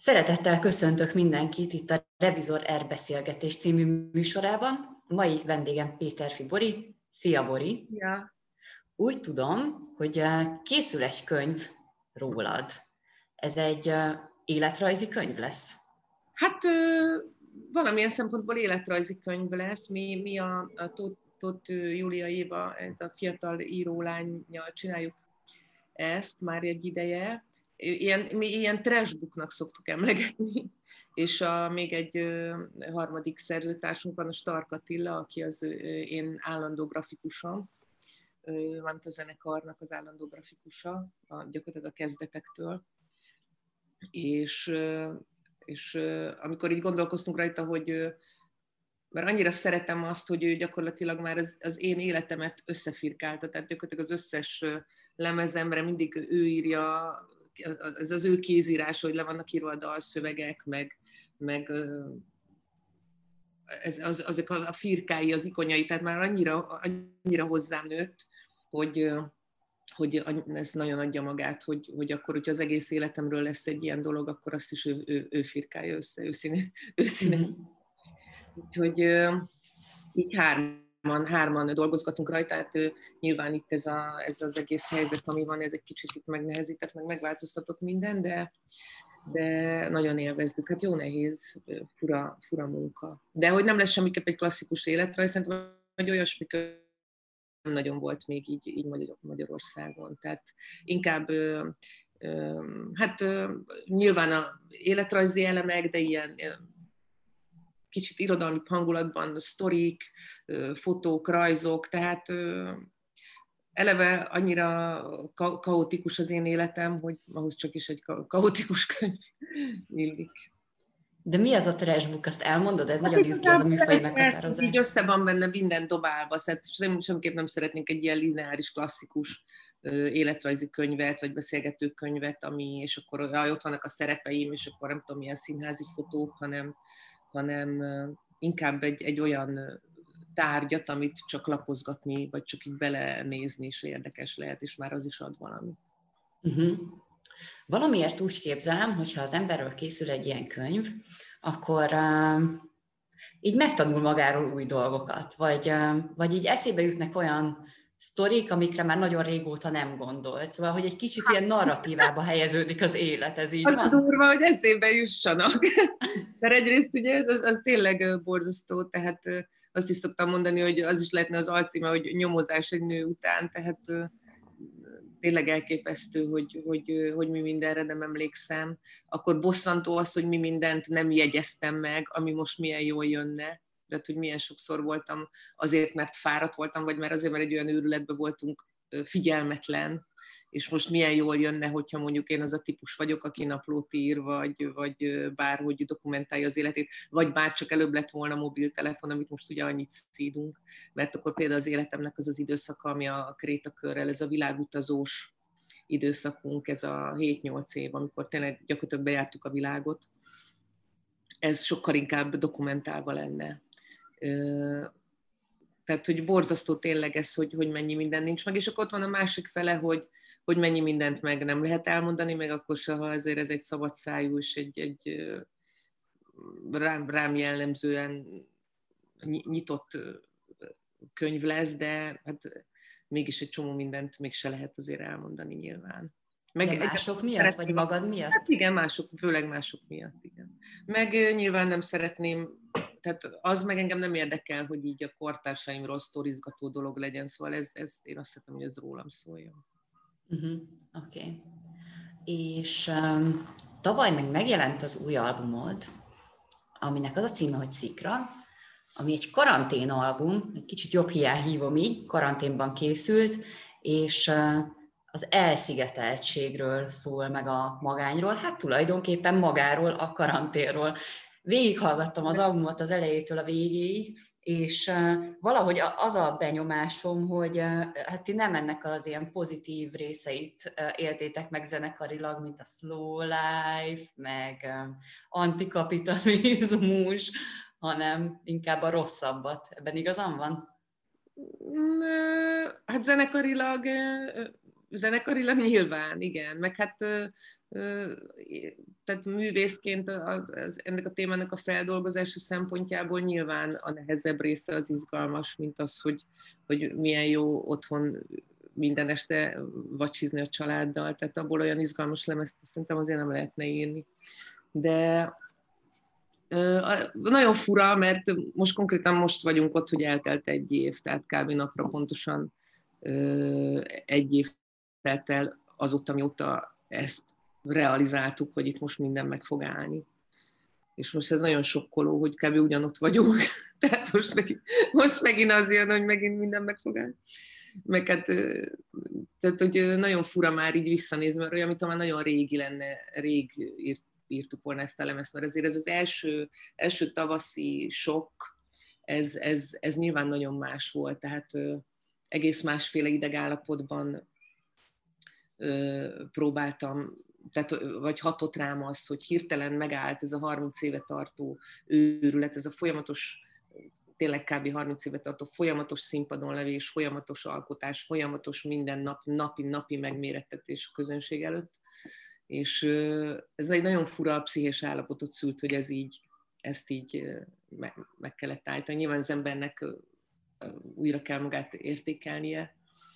Szeretettel köszöntök mindenkit itt a Revizor R-beszélgetés című műsorában. Mai vendégem Péterfi Bori. Szia, Bori! Ja. Úgy tudom, hogy készül egy könyv rólad. Ez egy életrajzi könyv lesz? Hát valamilyen szempontból életrajzi könyv lesz. Mi a Tóth Júlia Éva, ez a fiatal írólánnyal csináljuk ezt már egy ideje. Mi ilyen trash booknak szoktuk emlegetni, és még egy harmadik szerzőtársunk van, a Stark Attila, aki az én állandó grafikusom, van a zenekarnak az állandó grafikusa, gyakorlatilag a kezdetektől. És amikor így gondolkoztunk rajta, hogy mert annyira szeretem azt, hogy ő gyakorlatilag már az én életemet összefirkálta, tehát gyakorlatilag az összes lemezemre mindig ő írja, ez az ő kézírás, hogy le vannak írva a dalszövegek, meg azok a firkái, az ikonjai, tehát már annyira hozzám nőtt, hogy ez nagyon adja magát, hogy akkor, hogyha az egész életemről lesz egy ilyen dolog, akkor azt is ő firkálja össze, őszínen. Úgyhogy így hárman dolgozgatunk rajta, hát nyilván itt ez az egész helyzet, ami van, ez egy kicsit itt megnehezített, meg megváltoztatott minden, de nagyon élvezzük. Hát jó nehéz, fura munka. De hogy nem lesz semmiképp egy klasszikus életrajz, szerintem, hogy olyasmi nem nagyon volt még így Magyarországon. Tehát inkább nyilván a életrajzi elemek, de ilyen kicsit irodalmi hangulatban, sztorik, fotók, rajzok, tehát eleve annyira kaotikus az én életem, hogy ahhoz csak is egy kaotikus könyv illik. De mi az a trash book, azt elmondod? Ez nagyon izgi, az a műfaj meghatározás. Így össze van benne minden dobálva, szóval semmiképp nem szeretnénk egy ilyen lineáris, klasszikus életrajzi könyvet, vagy beszélgető könyvet, és akkor ott vannak a szerepeim, és akkor nem tudom, milyen színházi fotók, hanem inkább egy olyan tárgyat, amit csak lapozgatni, vagy csak így belenézni, és érdekes lehet, és már az is ad valami. Valamiért úgy képzelem, hogyha az emberről készül egy ilyen könyv, akkor így megtanul magáról új dolgokat, vagy így eszébe jutnak olyan sztorik, amikre már nagyon régóta nem gondolt. Szóval, hogy egy kicsit ilyen narratívába helyeződik az élet, ez így van? Az durva, hogy eszébe jussanak. Mert egyrészt ugye az tényleg borzasztó, tehát azt is szoktam mondani, hogy az is lehetne az alcíme, hogy nyomozás egy nő után, tehát tényleg elképesztő, hogy mi mindenre nem emlékszem. Akkor bosszantó az, hogy mi mindent nem jegyeztem meg, ami most milyen jól jönne. Tehát, hogy milyen sokszor voltam azért, mert fáradt voltam, vagy mert azért, mert egy olyan őrületben voltunk figyelmetlen, és most milyen jól jönne, hogyha mondjuk én az a típus vagyok, aki naplót ír, vagy bárhogy dokumentálja az életét, vagy bár csak előbb lett volna mobiltelefon, amit most ugye annyit szídunk, mert akkor például az életemnek az időszaka, ami a krétakörrel, ez a világutazós időszakunk, ez a 7-8 év, amikor tényleg gyakorlatilag bejártuk a világot, ez sokkal inkább dokumentálva lenne. Tehát, hogy borzasztó tényleg ez, hogy mennyi minden nincs meg, és akkor ott van a másik fele, hogy mennyi mindent meg nem lehet elmondani, meg akkor se, ha ezért ez egy szabadszájú és egy rám jellemzően nyitott könyv lesz, de hát mégis egy csomó mindent még se lehet azért elmondani nyilván. De mások miatt, vagy magad miatt? Hát igen, főleg mások miatt, igen. Meg nyilván nem szeretném, tehát az meg engem nem érdekel, hogy így a kortársaimról sztorizgató dolog legyen, szóval ez én azt hiszem, hogy ez rólam szóljon. Oké. És tavaly meg megjelent az új albumod, aminek az a címe, hogy Szikra, ami egy karanténalbum, egy kicsit jobb hiány hívom így, karanténban készült, és az elszigeteltségről szól, meg a magányról, hát tulajdonképpen magáról, a karanténról. Végighallgattam az albumot az elejétől a végéig, és valahogy az a benyomásom, hogy hát ti nem ennek az ilyen pozitív részeit éltétek meg zenekarilag, mint a slow life, meg antikapitalizmus, hanem inkább a rosszabbat. Ebben igazam van? Hát zenekarilag zenekarilag nyilván, igen. Meg hát tehát művészként ennek a témának a feldolgozása szempontjából nyilván a nehezebb része az izgalmas, mint az, hogy milyen jó otthon minden este vacsizni a családdal. Tehát abból olyan izgalmas lemezt szerintem azért nem lehetne írni. De nagyon fura, mert konkrétan most vagyunk ott, hogy eltelt egy év, tehát kb. Napra pontosan egy év telt el azóta, mióta ezt realizáltuk, hogy itt most minden meg fog állni. És most ez nagyon sokkoló, hogy kb. Ugyanott vagyunk. Tehát most megint az jön, hogy megint minden meg fog állni. Meg hát, tehát, hogy nagyon fura már így visszanézni, mert olyan, mint már nagyon régi lenne, rég írtuk volna ezt a lemezt, mert azért ez az első tavaszi sok, ez nyilván nagyon más volt, tehát egész másféle idegállapotban próbáltam, tehát, vagy hatott rám az, hogy hirtelen megállt ez a 30 éve tartó őrület, ez a folyamatos, tényleg kb. 30 éve tartó folyamatos színpadon levés, folyamatos alkotás, folyamatos minden napi megmérettetés a közönség előtt. És ez egy nagyon fura pszichés állapotot szült, hogy ezt így meg kellett állítani. Nyilván az embernek újra kell magát értékelnie.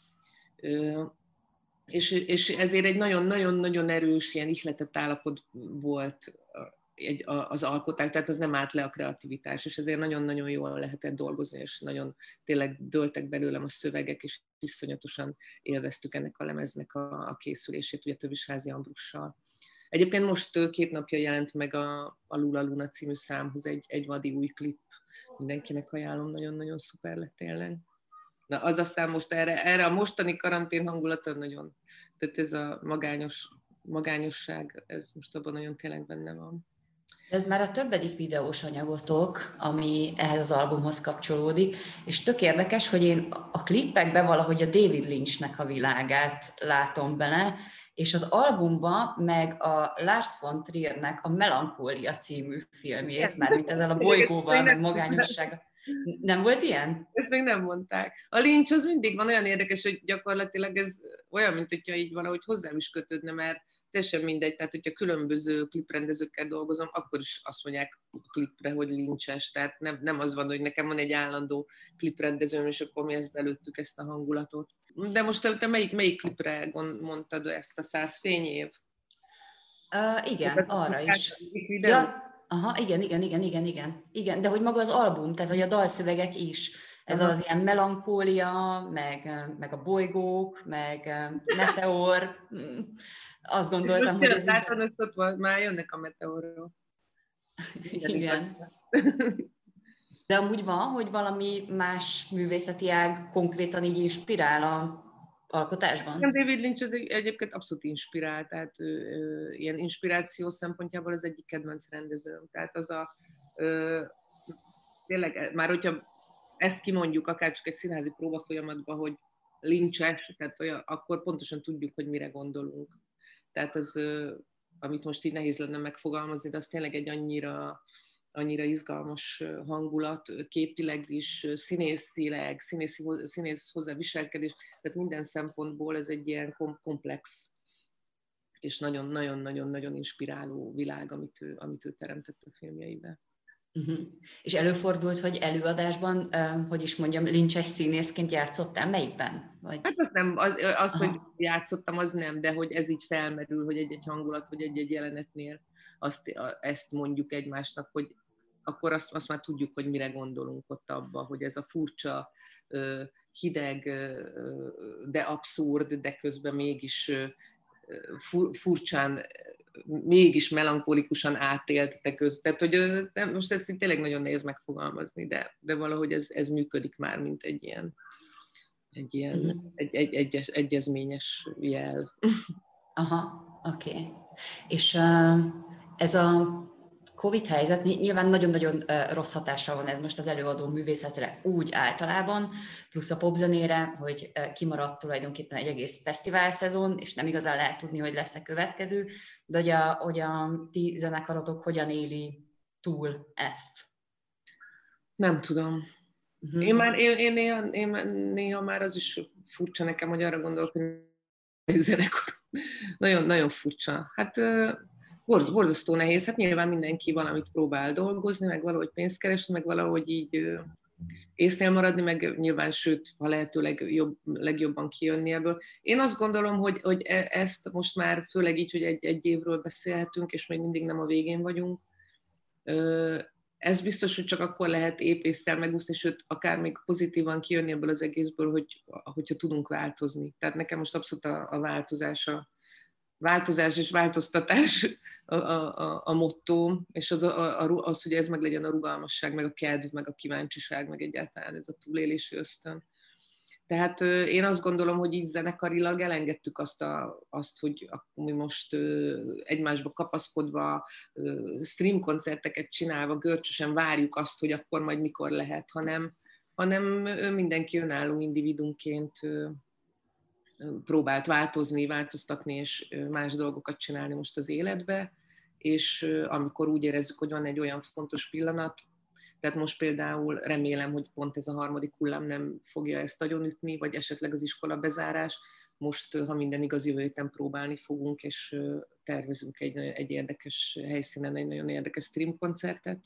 És ezért egy nagyon-nagyon erős ilyen ihletett állapot volt az alkotás, tehát az nem állt le a kreativitás, és ezért nagyon-nagyon jól lehetett dolgozni, és nagyon tényleg dőltek belőlem a szövegek, és iszonyatosan élveztük ennek a lemeznek a készülését, ugye Tövisházi Ambrussal. Egyébként most 2 napja jelent meg a Lula Luna című számhoz egy vadi új klip. Mindenkinek ajánlom, nagyon-nagyon szuper lett tényleg. Na, az aztán most erre a mostani karantén hangulata nagyon, tehát ez a magányosság, ez most abban nagyon tényleg benne van. Ez már a többedik videós anyagotok, ami ehhez az albumhoz kapcsolódik, és tök érdekes, hogy én a klipekben valahogy a David Lynchnek a világát látom bele, és az albumban meg a Lars von Triernek a Melankólia című filmjét, mármint ezzel a bolygóval, meg magányossággal. Nem volt ilyen? Ezt még nem mondták. A Lynch az mindig van olyan érdekes, hogy gyakorlatilag ez olyan, mint hogyha így valahogy hozzám is kötődne, mert teljesen mindegy, tehát hogyha különböző kliprendezőkkel dolgozom, akkor is azt mondják klipre, hogy Lynches, tehát nem az van, hogy nekem van egy állandó kliprendezőm, és akkor mi ezt belőttük ezt a hangulatot. De most te melyik klipre mondtad ezt a 100 fényév? Igen, arra is. Ja, aha, igen, de hogy maga az album, tehát hogy a dalszövegek is, ez az ilyen melankólia, meg a bolygók, meg meteor, azt gondoltam, hogy ez így... Már jönnek a meteorról. Igen. De amúgy van, hogy valami más művészeti ág konkrétan így inspirál a alkotásban? David Lynch az egyébként abszolút inspirál, tehát ilyen inspiráció szempontjából az egyik kedvenc rendezőm. Tehát az tényleg, már hogyha ezt kimondjuk, akár csak egy színházi próba folyamatban, hogy Lynches, tehát akkor pontosan tudjuk, hogy mire gondolunk. Tehát az, amit most így nehéz lenne megfogalmazni, de az tényleg egy annyira izgalmas hangulat, képileg is, színészileg, színész hozzá viselkedés, tehát minden szempontból ez egy ilyen komplex és nagyon-nagyon-nagyon inspiráló világ, amit ő teremtett a filmjeiben. Uh-huh. És előfordult, hogy előadásban, hogy is mondjam, Lynches színészként játszottál? Melyikben? Vagy... Hát az nem, hogy játszottam, az nem, de hogy ez így felmerül, hogy egy-egy hangulat, vagy egy-egy jelenetnél ezt mondjuk egymásnak, hogy akkor azt már tudjuk, hogy mire gondolunk ott abba, hogy ez a furcsa, hideg, de abszurd, de közben mégis furcsán, mégis melankolikusan átélt te között. Tehát, hogy most ezt így tényleg nagyon nehéz megfogalmazni, de valahogy ez működik már, mint egy ilyen egyezményes jel. Aha, oké. És ez a Covid helyzet nyilván nagyon-nagyon rossz hatással van ez most az előadó művészetre úgy általában, plusz a popzenére, hogy kimaradt tulajdonképpen egy egész fesztivál szezon, és nem igazán lehet tudni, hogy lesz-e következő, de hogy a ti zenekarotok hogyan éli túl ezt? Nem tudom. Uh-huh. Én néha már az is furcsa nekem, hogy arra gondolok, hogy zenekar. Nagyon, nagyon furcsa. Hát borzasztó nehéz. Hát nyilván mindenki valamit próbál dolgozni, meg valahogy pénzt keresni, meg valahogy így észnél maradni, meg nyilván, sőt, ha lehetőleg legjobban kijönni ebből. Én azt gondolom, hogy ezt most már, főleg így, hogy egy évről beszélhetünk, és még mindig nem a végén vagyunk, ez biztos, hogy csak akkor lehet épp észszel megúszni, sőt, akár még pozitívan kijönni ebből az egészből, hogyha tudunk változni. Tehát nekem most abszolút a változás és változtatás a motto, és az, hogy ez meg legyen a rugalmasság, meg a kedv, meg a kíváncsiság, meg egyáltalán ez a túlélési ösztön. Tehát én azt gondolom, hogy így zenekarilag elengedtük azt hogy mi most egymásba kapaszkodva, stream koncerteket csinálva, görcsösen várjuk azt, hogy akkor majd mikor lehet, hanem mindenki önálló individumként próbált változni, változtatni és más dolgokat csinálni most az életbe, és amikor úgy érezzük, hogy van egy olyan fontos pillanat, tehát most például remélem, hogy pont ez a harmadik hullám nem fogja ezt agyonütni, vagy esetleg az iskola bezárás. Most, ha minden igaz, jövő héten próbálni fogunk, és tervezünk egy érdekes helyszínen egy nagyon érdekes stream koncertet.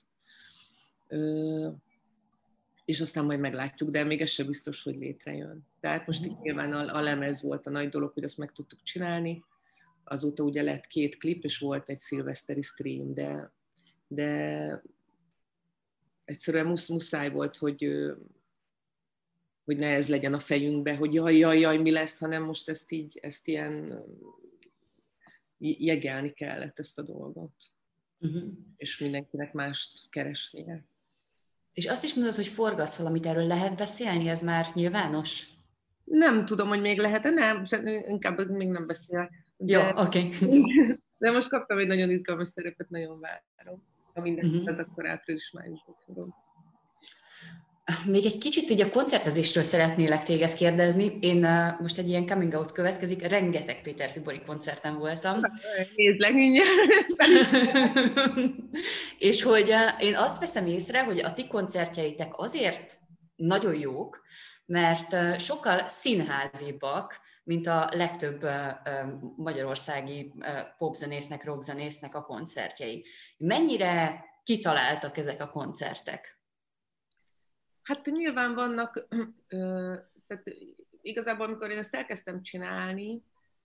És aztán majd meglátjuk, de még ez sem biztos, hogy létrejön. Tehát most itt nyilván a lemez volt a nagy dolog, hogy azt meg tudtuk csinálni. Azóta ugye lett 2 klip, és volt egy szilveszteri stream, de egyszerűen muszáj volt, hogy ne ez legyen a fejünkbe, hogy jaj, mi lesz, hanem most ezt ilyen jegelni kellett ezt a dolgot. És mindenkinek mást keresnie. És azt is mondod, hogy forgatsz valamit, erről lehet beszélni? Ez már nyilvános? Nem tudom, hogy még lehet-e, nem, inkább még nem beszél. Jó, oké. De most kaptam egy nagyon izgalmas szerepet, nagyon várom. Ha mindenki az, akkor április-májusban fogom. Még egy kicsit így a koncertezésről szeretnélek téged kérdezni. Én most egy ilyen coming out következik, rengeteg Péter Fibori koncerten voltam. Nézlek mindjárt. És hogy én azt veszem észre, hogy a ti koncertjeitek azért nagyon jók, mert sokkal színházibbak, mint a legtöbb magyarországi popzenésznek, rockzenésznek a koncertjei. Mennyire kitaláltak ezek a koncertek? Hát nyilván vannak, tehát igazából amikor én ezt elkezdtem csinálni,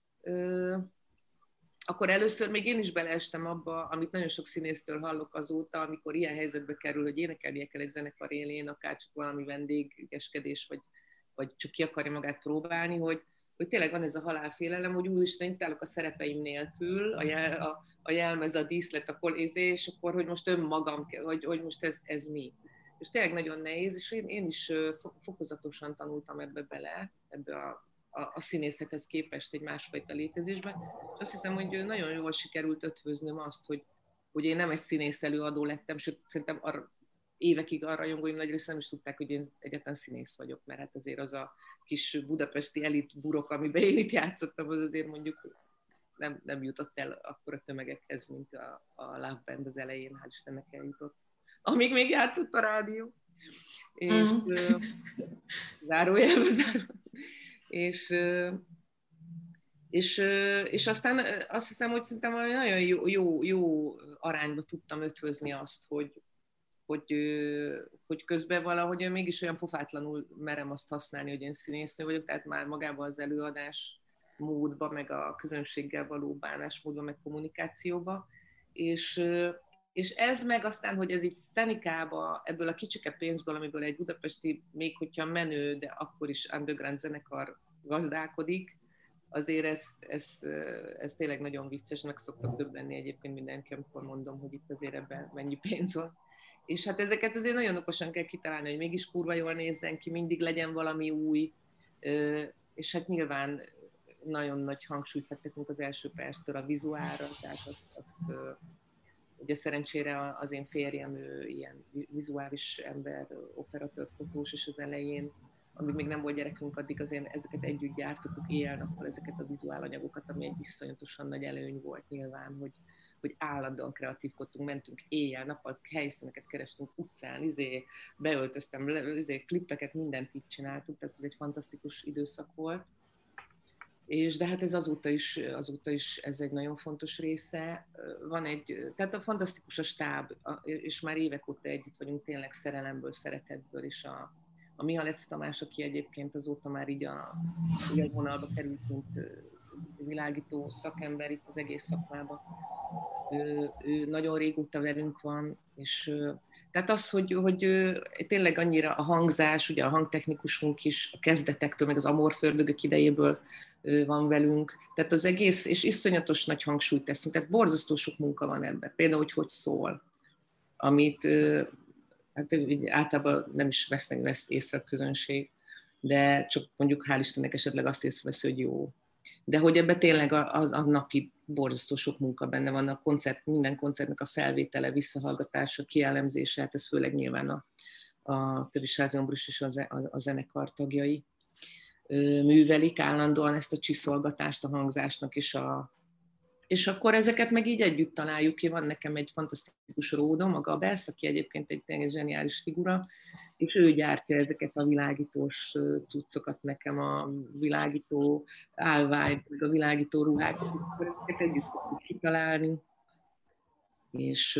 akkor először még én is beleestem abba, amit nagyon sok színésztől hallok azóta, amikor ilyen helyzetbe kerül, hogy énekelnie kell egy zenekar élén, akár csak valami vendégeskedés, vagy csak ki akarja magát próbálni, hogy tényleg van ez a halálfélelem, hogy úristen, itt állok a szerepeim nélkül, a jelmez, a díszlet, a kolézé, és akkor, hogy most önmagam, hogy most ez mi. És tényleg nagyon nehéz, és én is fokozatosan tanultam ebbe bele, ebbe a színészethez képest egy másfajta létezésbe. És azt hiszem, hogy nagyon jól sikerült ötvöznöm azt, hogy én nem egy színész előadó lettem, sőt, szerintem évekig a rajongóim nagy része nem is tudták, hogy én egyáltalán színész vagyok, mert hát azért az a kis budapesti elit burok, amiben én itt játszottam, az azért mondjuk nem jutott el akkora tömegekhez, mint a Love Band az elején, hál' Istennek eljutott. Amíg még játszott a rádió. És zárójelbe zárva. És aztán azt hiszem, hogy szerintem nagyon jó arányba tudtam ötvözni azt, hogy közben valahogy mégis olyan pofátlanul merem azt használni, hogy én színésznő vagyok, tehát már magában az előadás módba, meg a közönséggel való bánásmódba, meg kommunikációba, és ez meg aztán, hogy ez így szcenikába, ebből a kicsike pénzből, amiből egy budapesti, még hogyha menő, de akkor is underground zenekar gazdálkodik, azért ez tényleg nagyon vicces, meg szoktak döbbenni egyébként mindenki, amikor mondom, hogy itt azért ebben mennyi pénz van. És hát ezeket azért nagyon okosan kell kitalálni, hogy mégis kurva jól nézzen ki, mindig legyen valami új, és hát nyilván nagyon nagy hangsúlyt fektetünk az első perctől a vizuálra, tehát ugye szerencsére az én férjem, ő ilyen vizuális ember, operatőr, fotós, és az elején, amíg még nem volt gyerekünk, addig azért ezeket együtt gyártottuk éjjel-nappal, ezeket a vizuálanyagokat, ami egy viszonyatosan nagy előny volt nyilván, hogy állandóan kreatívkodtunk, mentünk éjjel-nappal, helyszíneket kerestünk utcán, beöltöztem, klippeket, mindent így csináltuk, tehát ez egy fantasztikus időszak volt. de hát ez azóta is ez egy nagyon fontos része. Tehát a fantasztikus a stáb, és már évek óta együtt vagyunk tényleg szerelemből, szeretetből, és a Mihalec Tamás, aki egyébként azóta már így a élvonalba került, mint világító szakember itt az egész szakmában. Ő nagyon régóta velünk van, és tehát az, hogy tényleg annyira a hangzás, ugye a hangtechnikusunk is a kezdetektől, meg az Amorfördögök idejéből van velünk, tehát az egész, és iszonyatos nagy hangsúlyt teszünk, tehát borzasztó sok munka van ebben, például, hogy szól, amit hát általában nem is vesz észre a közönség, de csak mondjuk hál' Istennek esetleg azt észreveszi, hogy jó. De hogy ebben tényleg a napi borzasztó sok munka benne van, minden koncertnek a felvétele, visszahallgatása, kielemzése, hát ez főleg nyilván a Tövisházi Ombrus és a zenekar tagjai művelik állandóan ezt a csiszolgatást a hangzásnak, és akkor ezeket meg így együtt találjuk ki. Van nekem egy fantasztikus ródom, a Gabesz, aki egyébként egy zseniális figura, és ő gyártja ezeket a világítós cuccokat nekem, a világító állványt, a világító ruhákat, akkor ezeket együtt tudjuk kitalálni. És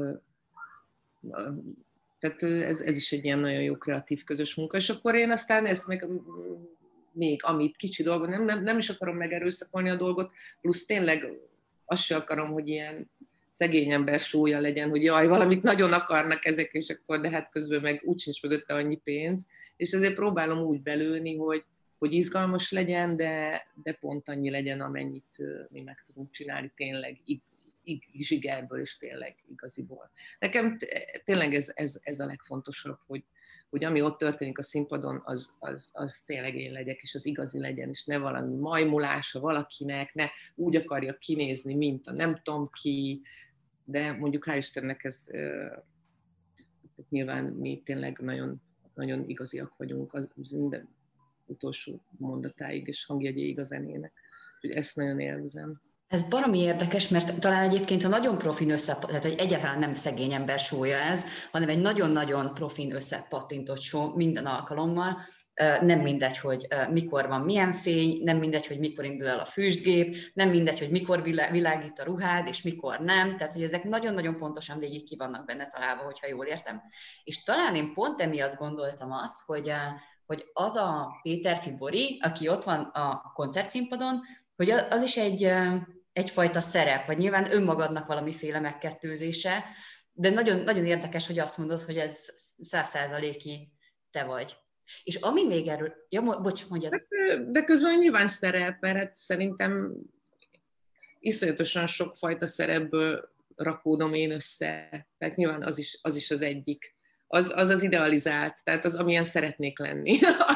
tehát ez is egy ilyen nagyon jó kreatív közös munka. És akkor én aztán ezt meg még amit kicsi dolgot, nem is akarom megerőszakolni a dolgot, plusz tényleg azt sem akarom, hogy ilyen szegény ember sója legyen, hogy jaj, valamit nagyon akarnak ezek, és akkor, de hát közben meg úgy sincs mögötte annyi pénz, és ezért próbálom úgy belőni, hogy izgalmas legyen, de pont annyi legyen, amennyit mi meg tudunk csinálni tényleg zsigerből, és tényleg igaziból. Nekem tényleg ez a legfontosabb, hogy ami ott történik a színpadon, az tényleg én legyek, és az igazi legyen, és ne valami majmulása valakinek, ne úgy akarja kinézni, mint a nem tudom ki, de mondjuk hál' Istennek ez nyilván mi tényleg nagyon, nagyon igaziak vagyunk az minden utolsó mondatáig, és hangjegyéig a zenének. Úgyhogy ezt nagyon élvezem. Ez baromi érdekes, mert talán egyébként a nagyon profin tehát hogy egyáltalán nem szegény ember show-ja ez, hanem egy nagyon-nagyon profin összepattintott show minden alkalommal. Nem mindegy, hogy mikor van milyen fény, nem mindegy, hogy mikor indul el a füstgép, nem mindegy, hogy mikor világít a ruhád, és mikor nem. Tehát, hogy ezek nagyon-nagyon pontosan végig ki vannak benne találva, hogyha jól értem. És talán én pont emiatt gondoltam azt, hogy az a Péter Fibori, aki ott van a koncertszínpadon, hogy az is egyfajta szerep, vagy nyilván önmagadnak valamiféle megkettőzése, de nagyon, nagyon érdekes, hogy azt mondod, hogy ez 100%-ig te vagy. És ami még erről... Ja, bocs, mondjad. De közben nyilván szerep, mert hát szerintem iszonyatosan sokfajta szerepből rakódom én össze. Tehát nyilván az is az egyik. Az idealizált, tehát az, amilyen szeretnék lenni.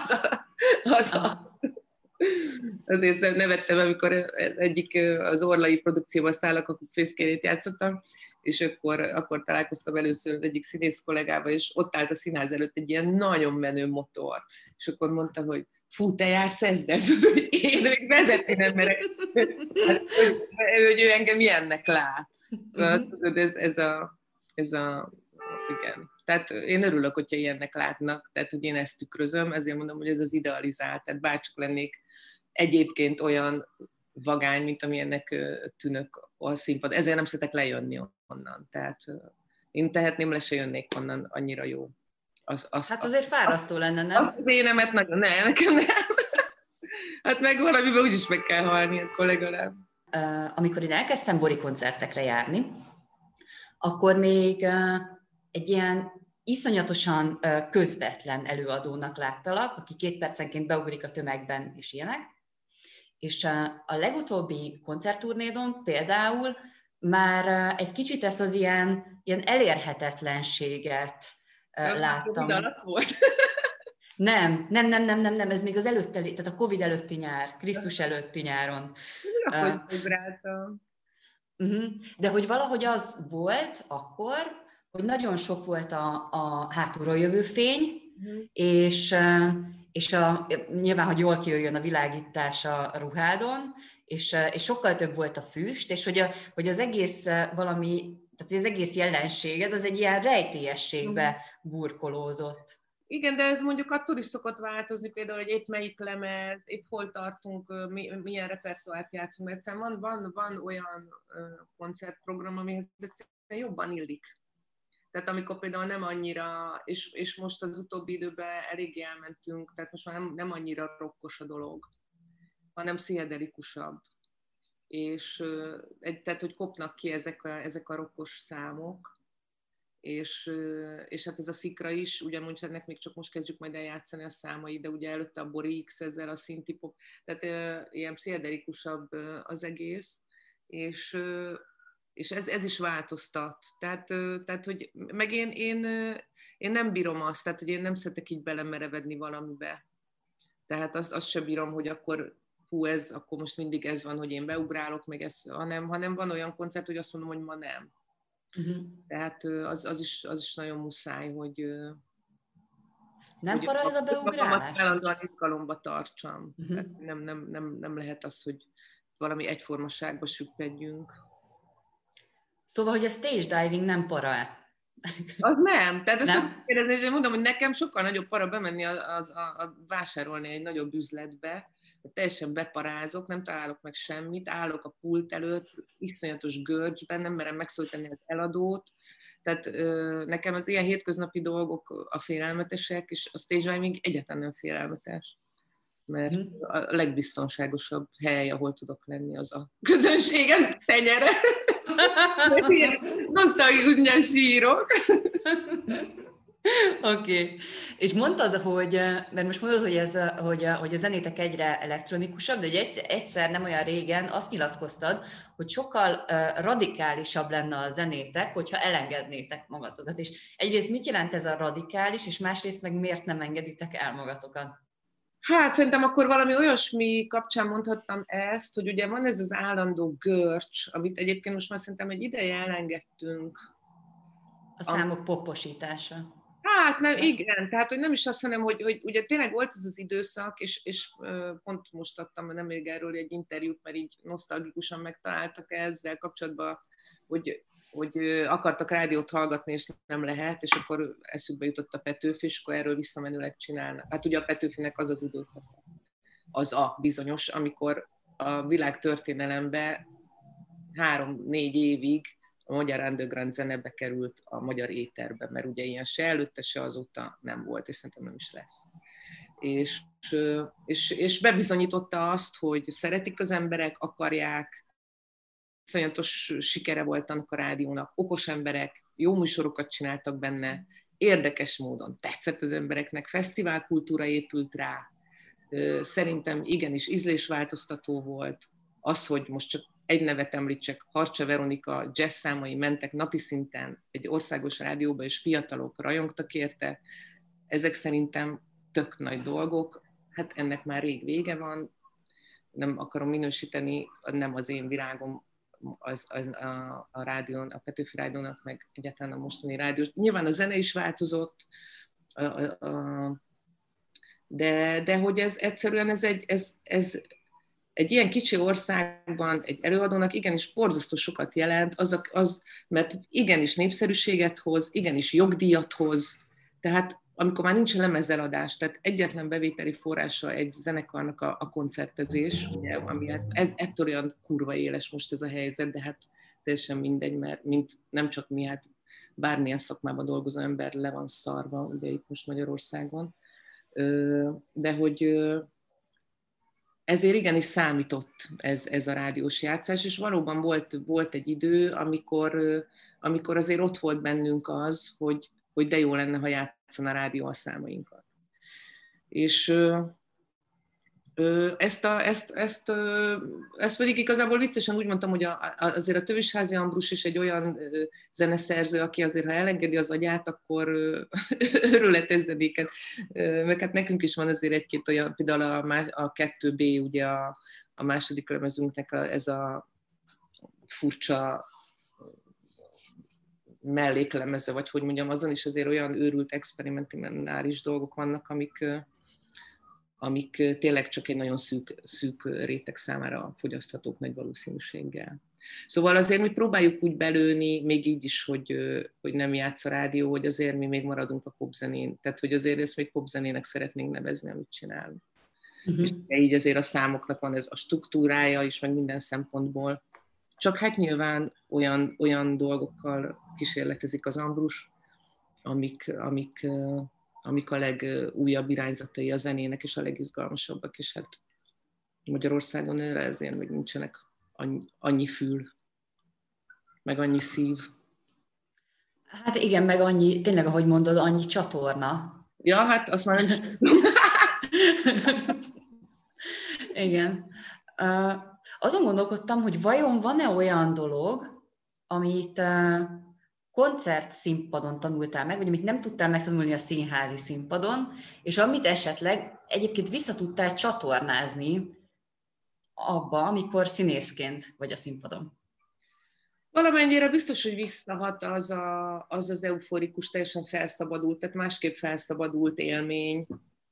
Azért nevettem, amikor egyik az Orlai produkcióban Szállakakuk fészkérét játszottam, és akkor találkoztam először az egyik színész kollégával, és ott állt a színház előtt egy ilyen nagyon menő motor, és akkor mondta, hogy fú, te jársz ezzel, hogy én még vezetni nem merek, hogy ő engem ilyennek lát. Igen. Tehát én örülök, hogyha ilyennek látnak, tehát hogy én ezt tükrözöm, ezért mondom, hogy ez az idealizált, tehát bárcsak lennék egyébként olyan vagány, mint amilyennek tűnök a színpad. Ezért nem szeretek lejönni onnan. Tehát én tehetném, le se jönnék onnan, annyira jó. Hát azért fárasztó lenne, nem? Azt az énemet nagyon, nekem nem. Hát meg valamiben úgyis meg kell halni, akkor legalább. Amikor én elkezdtem Bori koncertekre járni, akkor még egy ilyen iszonyatosan közvetlen előadónak láttalak, aki 2 percenként beugrik a tömegben, és ilyenek. És a legutóbbi koncertturnédon például már egy kicsit ezt az ilyen elérhetetlenséget láttam. Ez alatt volt? Nem, ez még az előtte, tehát a Covid előtti nyár, Krisztus előtti nyáron. De hogy valahogy az volt akkor, hogy nagyon sok volt a hátulról jövő fény, és nyilván, hogy jól kijöjjön a világítás a ruhádon, és sokkal több volt a füst, és hogy az egész valami, tehát az egész jelenséged az egy ilyen rejtélyességbe burkolózott. Igen, de ez mondjuk attól is szokott változni, például, hogy épp melyik lemez, épp hol tartunk, milyen repertoárt játszunk, mert egyszerűen van olyan koncertprogram, amihez egyszerűen jobban illik. Tehát amikor például nem annyira, és most az utóbbi időben eléggé elmentünk, tehát most már nem annyira rokkos a dolog, hanem pszichedelikusabb. És tehát, hogy kopnak ki ezek a rokkos számok, és hát ez a Szikra is, ugyanúgy ennek még csak most kezdjük majd eljátszani a számai, de ugye előtte a Borix ezzel a szintipop, tehát ilyen pszichedelikusabb az egész, és ez is változtat. Tehát hogy meg én nem bírom azt, tehát hogy én nem szeretek így belemerevedni valamibe. Tehát azt sem bírom, hogy akkor akkor most mindig ez van, hogy én beugrálok, meg ez, hanem van olyan koncert, hogy azt mondom, hogy ma nem. Tehát az is nagyon muszáj, hogy nem para ez a beugrálás? Állandóan izgalomba tartsam. Nem lehet az, hogy valami egyformaságba süppedjünk. Szóval, hogy a stage diving nem para-e? Az nem. Tehát ezt nem kérdezni, és én mondom, hogy nekem sokkal nagyobb para bemenni vásárolni egy nagyobb üzletbe, teljesen beparázok, nem találok meg semmit, állok a pult előtt, iszonyatos görcsben, nem merem megszólítani az eladót. Tehát nekem az ilyen hétköznapi dolgok a félelmetesek, és a stage diving egyáltalán nem félelmetes. Mert a legbiztonságosabb hely, ahol tudok lenni, az a közönségem tenyere. Nosztalgiusan sírok. Oké. És mondtad, hogy, mert most mondod, hogy a zenétek egyre elektronikusabb, de egyszer nem olyan régen azt nyilatkoztad, hogy sokkal radikálisabb lenne a zenétek, hogyha elengednétek magatokat. És egyrészt mit jelent ez a radikális, és másrészt meg miért nem engeditek el magatokat? Hát szerintem akkor valami olyasmi kapcsán mondhattam ezt, hogy ugye van ez az állandó görcs, amit egyébként most már szerintem egy ideje elengedtünk. A számok poposítása. Hát nem, igen, tehát hogy nem is azt, hanem, hogy ugye tényleg volt ez az időszak, és pont most adtam nemrég erről egy interjút, mert így nosztalgikusan megtaláltak ezzel kapcsolatban, hogy akartak rádiót hallgatni, és nem lehet, és akkor eszükbe jutott a Petőfi, és akkor erről visszamenőleg csinálnak. Hát ugye a Petőfinek az az időszaka, az a bizonyos, amikor a világ történelembe 3-4 évig a magyar underground zene bekerült a magyar éterbe, mert ugye ilyen se előtte, se azóta nem volt, és szerintem nem is lesz. És bebizonyította azt, hogy szeretik az emberek, akarják, iszonyatos sikere volt annak a rádiónak, okos emberek, jó műsorokat csináltak benne, érdekes módon tetszett az embereknek, fesztiválkultúra épült rá, szerintem igenis ízlésváltoztató volt, az, hogy most csak egy nevet említsek, Harcsa Veronika jazz számai mentek napi szinten egy országos rádióba, és fiatalok rajongtak érte, ezek szerintem tök nagy dolgok, hát ennek már rég vége van, nem akarom minősíteni, nem az én virágom a rádión, a Petőfi rádiónak, meg egyáltalán a mostani rádió. Nyilván a zene is változott, de hogy ez egyszerűen ez egy ilyen kicsi országban egy előadónak igenis borzasztó sokat jelent, mert igenis népszerűséget hoz, igenis jogdíjat hoz, tehát amikor már nincs lemezeladás, tehát egyetlen bevételi forrása egy zenekarnak a koncertezés, ugye, ami ez ettől olyan kurva éles most ez a helyzet, de hát teljesen mindegy, mert nem csak mi, hát bármilyen szakmában dolgozó ember le van szarva, ugye itt most Magyarországon, de hogy ezért igenis számított ez a rádiós játszás, és valóban volt egy idő, amikor azért ott volt bennünk az, hogy de jó lenne, ha játszana a rádió a számainkat. És ezt pedig igazából viccesen úgy mondtam, hogy azért a Tövisházi Ambrus is egy olyan zeneszerző, aki azért, ha elengedi az agyát, akkor örületezzenéket. Meg hát nekünk is van azért egy-két olyan, például a 2B, ugye a második lemezünknek ez a furcsa melléklemeze, vagy hogy mondjam, azon is azért olyan őrült experimentális dolgok vannak, amik tényleg csak egy nagyon szűk réteg számára fogyaszthatók nagy valószínűséggel. Szóval azért mi próbáljuk úgy belőni, még így is, hogy nem játsz a rádió, hogy azért mi még maradunk a popzenén. Tehát, hogy azért ezt még popzenének szeretnénk nevezni, amit csinálunk. És így azért a számoknak van ez a struktúrája is, meg minden szempontból. Csak hát nyilván olyan dolgokkal kísérletezik az Ambrus, amik a legújabb irányzatai a zenének, és a legizgalmasabbak, és hát Magyarországon erre ezért még nincsenek annyi fül, meg annyi szív. Hát igen, meg annyi, tényleg ahogy mondod, annyi csatorna. Ja, hát azt már nem Igen. Azon gondolkodtam, hogy vajon van-e olyan dolog, amit koncertszínpadon tanultál meg, vagy amit nem tudtál megtanulni a színházi színpadon, és amit esetleg egyébként vissza tudtál csatornázni abba, amikor színészként vagy a színpadon. Valamennyire biztos, hogy visszahat az euforikus, teljesen felszabadult, tehát másképp felszabadult élmény,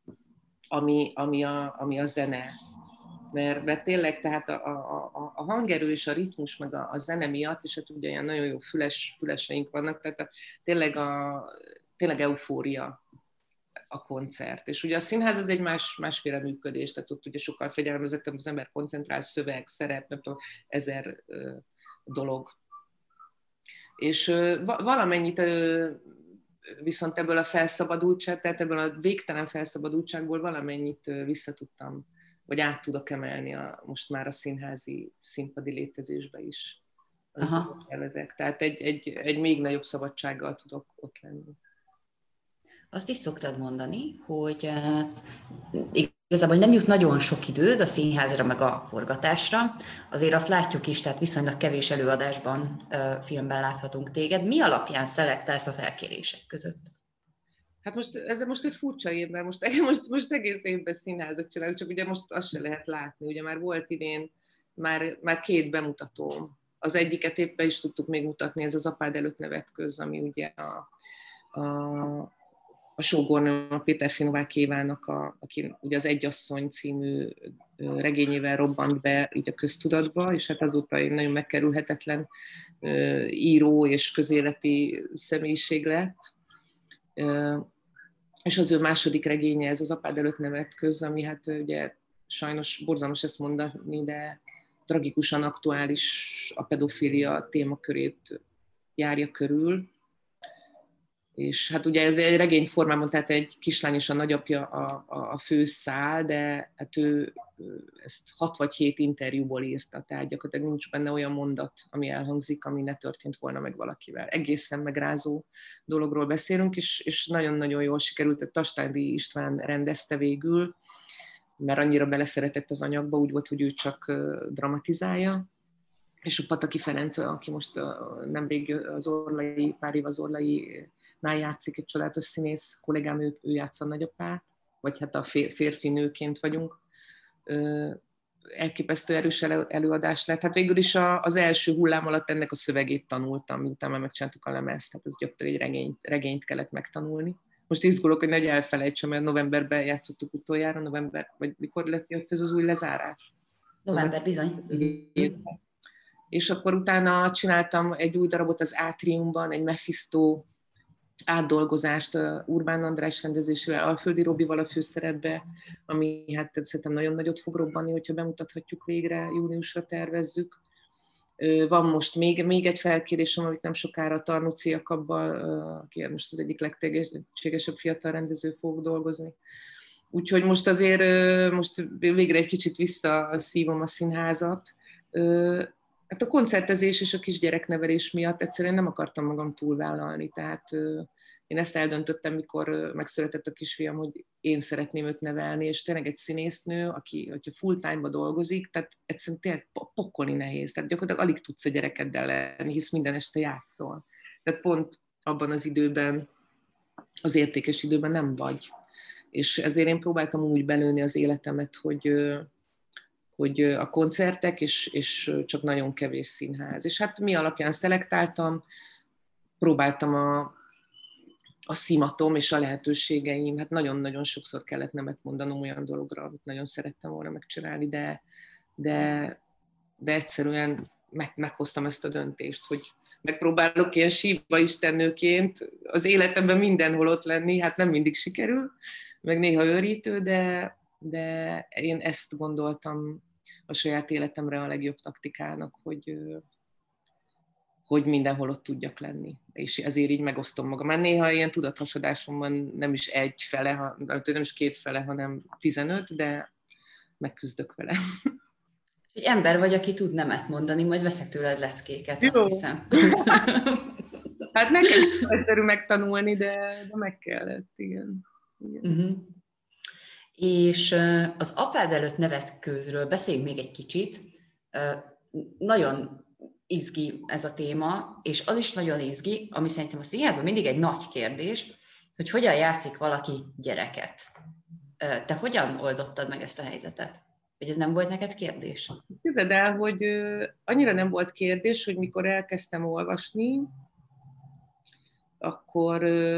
ami a zene. Mert tényleg tehát a hangerő és a ritmus, meg a zene miatt, és hát ugye ilyen nagyon jó füleseink vannak, tehát tényleg eufória a koncert. És ugye a színház az egy másféle működés, tehát ott ugye sokkal fegyelmezettebb, az ember koncentrál, szöveg, szerep, nem tudom, 1000 dolog. És valamennyit viszont ebből a felszabadultság, tehát ebből a végtelen felszabadultságból valamennyit visszatudtam, vagy át tudok emelni most már a színházi színpadi létezésbe is. Tehát egy még nagyobb szabadsággal tudok ott lenni. Azt is szoktad mondani, hogy igazából nem jut nagyon sok időd a színházra, meg a forgatásra. Azért azt látjuk is, tehát viszonylag kevés előadásban, filmben láthatunk téged. Mi alapján szelektálsz a felkérések között? Hát ez most egy furcsa év, mert most egész évben színházat csinálunk, csak ugye most azt se lehet látni. Ugye már volt idén már 2 bemutatóm. Az egyiket éppen is tudtuk még mutatni, ez az Apád előtt nevetköz, ami ugye a sógornőm, a Péter Finovák Évának, aki ugye az Egyasszony című regényével robbant be így a köztudatba, és hát azóta egy nagyon megkerülhetetlen író és közéleti személyiség lett. És az ő második regénye, ez az Apád előtt nevetköz, ami hát ugye sajnos borzalmas ezt mondani, de tragikusan aktuális a pedofília témakörét járja körül. És hát ugye ez egy regény formában, tehát egy kislány és a nagyapja a főszál, de hát ő ezt 6 vagy 7 interjúból írta, tehát gyakorlatilag nincs benne olyan mondat, ami elhangzik, ami ne történt volna meg valakivel. Egészen megrázó dologról beszélünk, és nagyon-nagyon jól sikerült, Tastádi István rendezte végül, mert annyira beleszeretett az anyagba, úgy volt, hogy ő csak dramatizálja, és a Pataki Ferenc, aki most nemrég pár év az Orlai-nál játszik, egy csodálatos színész kollégám, ő játsza a nagyapát, vagy hát a férfi nőként vagyunk. Elképesztő erős előadás lett. Hát végül is az első hullám alatt ennek a szövegét tanultam, miután már megcsináltuk a lemezt, tehát ez gyakorlatilag egy regényt kellett megtanulni. Most izgulok, hogy nehogy elfelejtsem, mert novemberben játszottuk utoljára, vagy mikor jött ez az új lezárás? November, bizony. És akkor utána csináltam egy új darabot az Átriumban, egy Mephisto átdolgozást Urbán András rendezésével, Alföldi Robival a főszerepbe, ami hát szerintem nagyon nagyot fog robbanni, hogyha bemutathatjuk végre, júniusra tervezzük. Van most még egy felkérésem, amit nem sokára Tarnóci Jakabbal, aki most az egyik legtehetségesebb fiatal rendező fog dolgozni. Úgyhogy most azért végre egy kicsit visszaszívom a színházat. Hát a koncertezés és a kisgyereknevelés miatt egyszerűen nem akartam magam túlvállalni, tehát én ezt eldöntöttem, mikor megszületett a kisfiam, hogy én szeretném őt nevelni, és tényleg egy színésznő, hogyha full time-ba dolgozik, tehát egyszerűen tényleg pokolni nehéz, tehát gyakorlatilag alig tudsz a gyerekeddel lenni, hisz minden este játszol. Tehát pont abban az időben, az értékes időben nem vagy. És ezért én próbáltam úgy belőni az életemet, hogy a koncertek, és csak nagyon kevés színház. És hát mi alapján szelektáltam, próbáltam a szimatom és a lehetőségeim, hát nagyon-nagyon sokszor kellett nemet mondanom olyan dologra, amit nagyon szerettem volna megcsinálni, de egyszerűen meghoztam ezt a döntést, hogy megpróbálok ilyen síba istennőként az életemben mindenhol ott lenni, hát nem mindig sikerül, meg néha őrítő, de én ezt gondoltam a saját életemre a legjobb taktikának, hogy mindenhol ott tudjak lenni. És ezért így megosztom magam. Már néha ilyen tudathasadásom van, nem is egy fele, nem is két fele, hanem 15, de megküzdök vele. Egy ember vagy, aki tud nemet mondani, majd veszek tőled leckéket, Jó. azt hiszem. Hát nekem is egyszerű megtanulni, de meg kellett, igen. Uh-huh. És az apád előtt nevetkőzről beszéljünk még egy kicsit. Nagyon izgi ez a téma, és az is nagyon izgi, ami szerintem a színházban mindig egy nagy kérdés, hogy hogyan játszik valaki gyereket. Te hogyan oldottad meg ezt a helyzetet? Hogy ez nem volt neked kérdés? Képzeld el, hogy annyira nem volt kérdés, hogy mikor elkezdtem olvasni, akkor,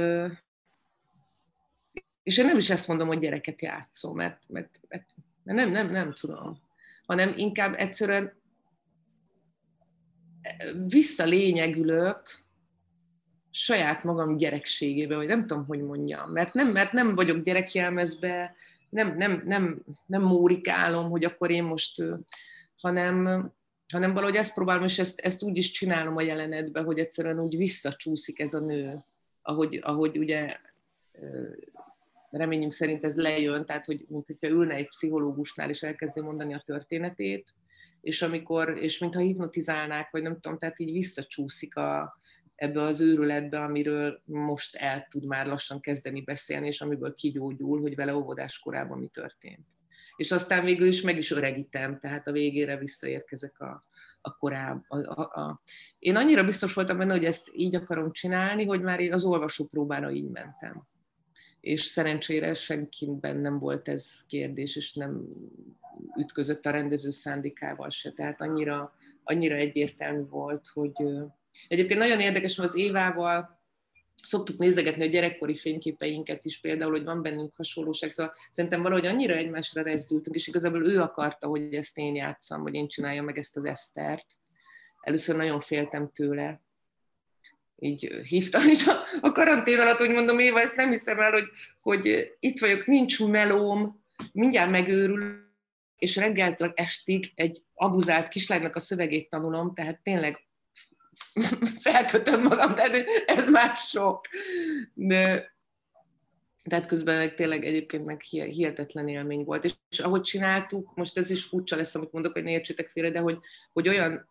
és én nem is ezt mondom, hogy gyereket játszom, mert nem tudom, hanem inkább egyszerűen visszalényegülök saját magam gyerekségébe, vagy nem tudom, hogy mondjam, mert nem vagyok gyerekjelmezbe, nem mórikálom, hogy akkor én most, hanem valahogy ezt próbálom, és ezt úgy is csinálom a jelenetben, hogy egyszerűen úgy visszacsúszik ez a nő, ahogy ugye reményünk szerint ez lejön, tehát hogy mintha ülne egy pszichológusnál, és elkezdi mondani a történetét, és mintha hipnotizálnák, vagy nem tudom, tehát így visszacsúszik ebbe az őrületbe, amiről most el tud már lassan kezdeni beszélni, és amiből kigyógyul, hogy vele óvodás korában mi történt. És aztán végül is meg is öregítem, tehát a végére visszaérkezek a korábban. Én annyira biztos voltam benne, hogy ezt így akarom csinálni, hogy már az olvasópróbára így mentem. És szerencsére senkiben nem volt ez kérdés, és nem ütközött a rendező szándékával se. Tehát annyira egyértelmű volt, hogy egyébként nagyon érdekes, hogy az Évával szoktuk nézegetni a gyerekkori fényképeinket is például, hogy van bennünk hasonlóság, szóval szerintem valahogy annyira egymásra rezdültünk, és igazából ő akarta, hogy ezt én játsszam, vagy én csináljam meg ezt az Esztert. Először nagyon féltem tőle, így hívtam is a karantén alatt, hogy mondom, Éva, ezt nem hiszem el, hogy itt vagyok, nincs melóm, mindjárt megőrül, és reggeltől estig egy abuzált kislánynak a szövegét tanulom, tehát tényleg felkötöm magam, tehát ez már sok. Tehát közben tényleg egyébként meg hihetetlen élmény volt. És ahogy csináltuk, most ez is furcsa lesz, amit mondok, hogy ne értsétek félre, de hogy olyan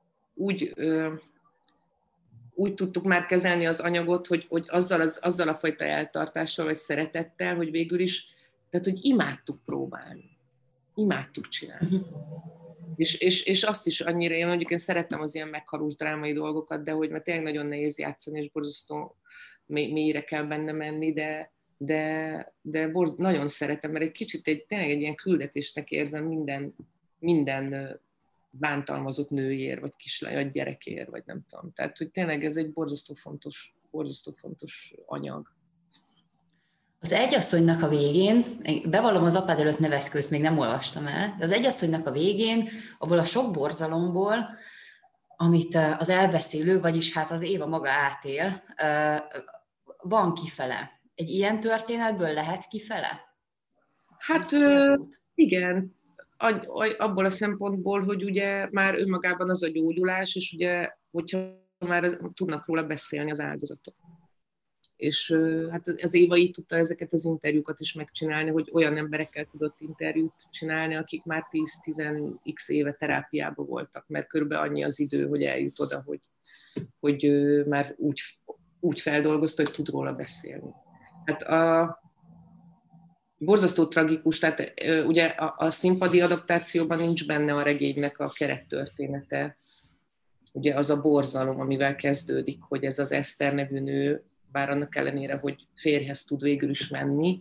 úgy tudtuk már kezelni az anyagot, hogy azzal a fajta eltartással, vagy szeretettel, hogy végül is, tehát hogy imádtuk próbálni. Imádtuk csinálni. És azt is annyira, én szerettem az ilyen meghalós drámai dolgokat, de hogy mert tényleg nagyon nehéz játszani, és borzasztó mélyre kell benne menni, de nagyon szeretem, mert egy kicsit tényleg egy ilyen küldetésnek érzem minden bántalmazott nőjér, vagy kislány, vagy gyerekér, vagy nem tudom. Tehát, hogy tényleg ez egy borzasztó fontos anyag. Az Egyasszonynak a végén, bevallom, az apád előtt nevetkőzt még nem olvastam el, de az Egyasszonynak a végén, abból a sok borzalomból, amit az elbeszélő, vagyis hát az Éva maga átél, van kifele. Egy ilyen történetből lehet kifele? Hát igen, abból a szempontból, hogy ugye már önmagában az a gyógyulás, és ugye, hogyha már tudnak róla beszélni az áldozatok. És hát az Éva így tudta ezeket az interjúkat is megcsinálni, hogy olyan emberekkel tudott interjút csinálni, akik már 10-10x éve terápiában voltak, mert körülbelül annyi az idő, hogy eljut oda, hogy már úgy feldolgozta, hogy tud róla beszélni. Hát borzasztó tragikus, tehát ugye a színpadi adaptációban nincs benne a regénynek a kerettörténete. Ugye az a borzalom, amivel kezdődik, hogy ez az Eszter nevű nő, bár annak ellenére, hogy férjhez tud végül is menni,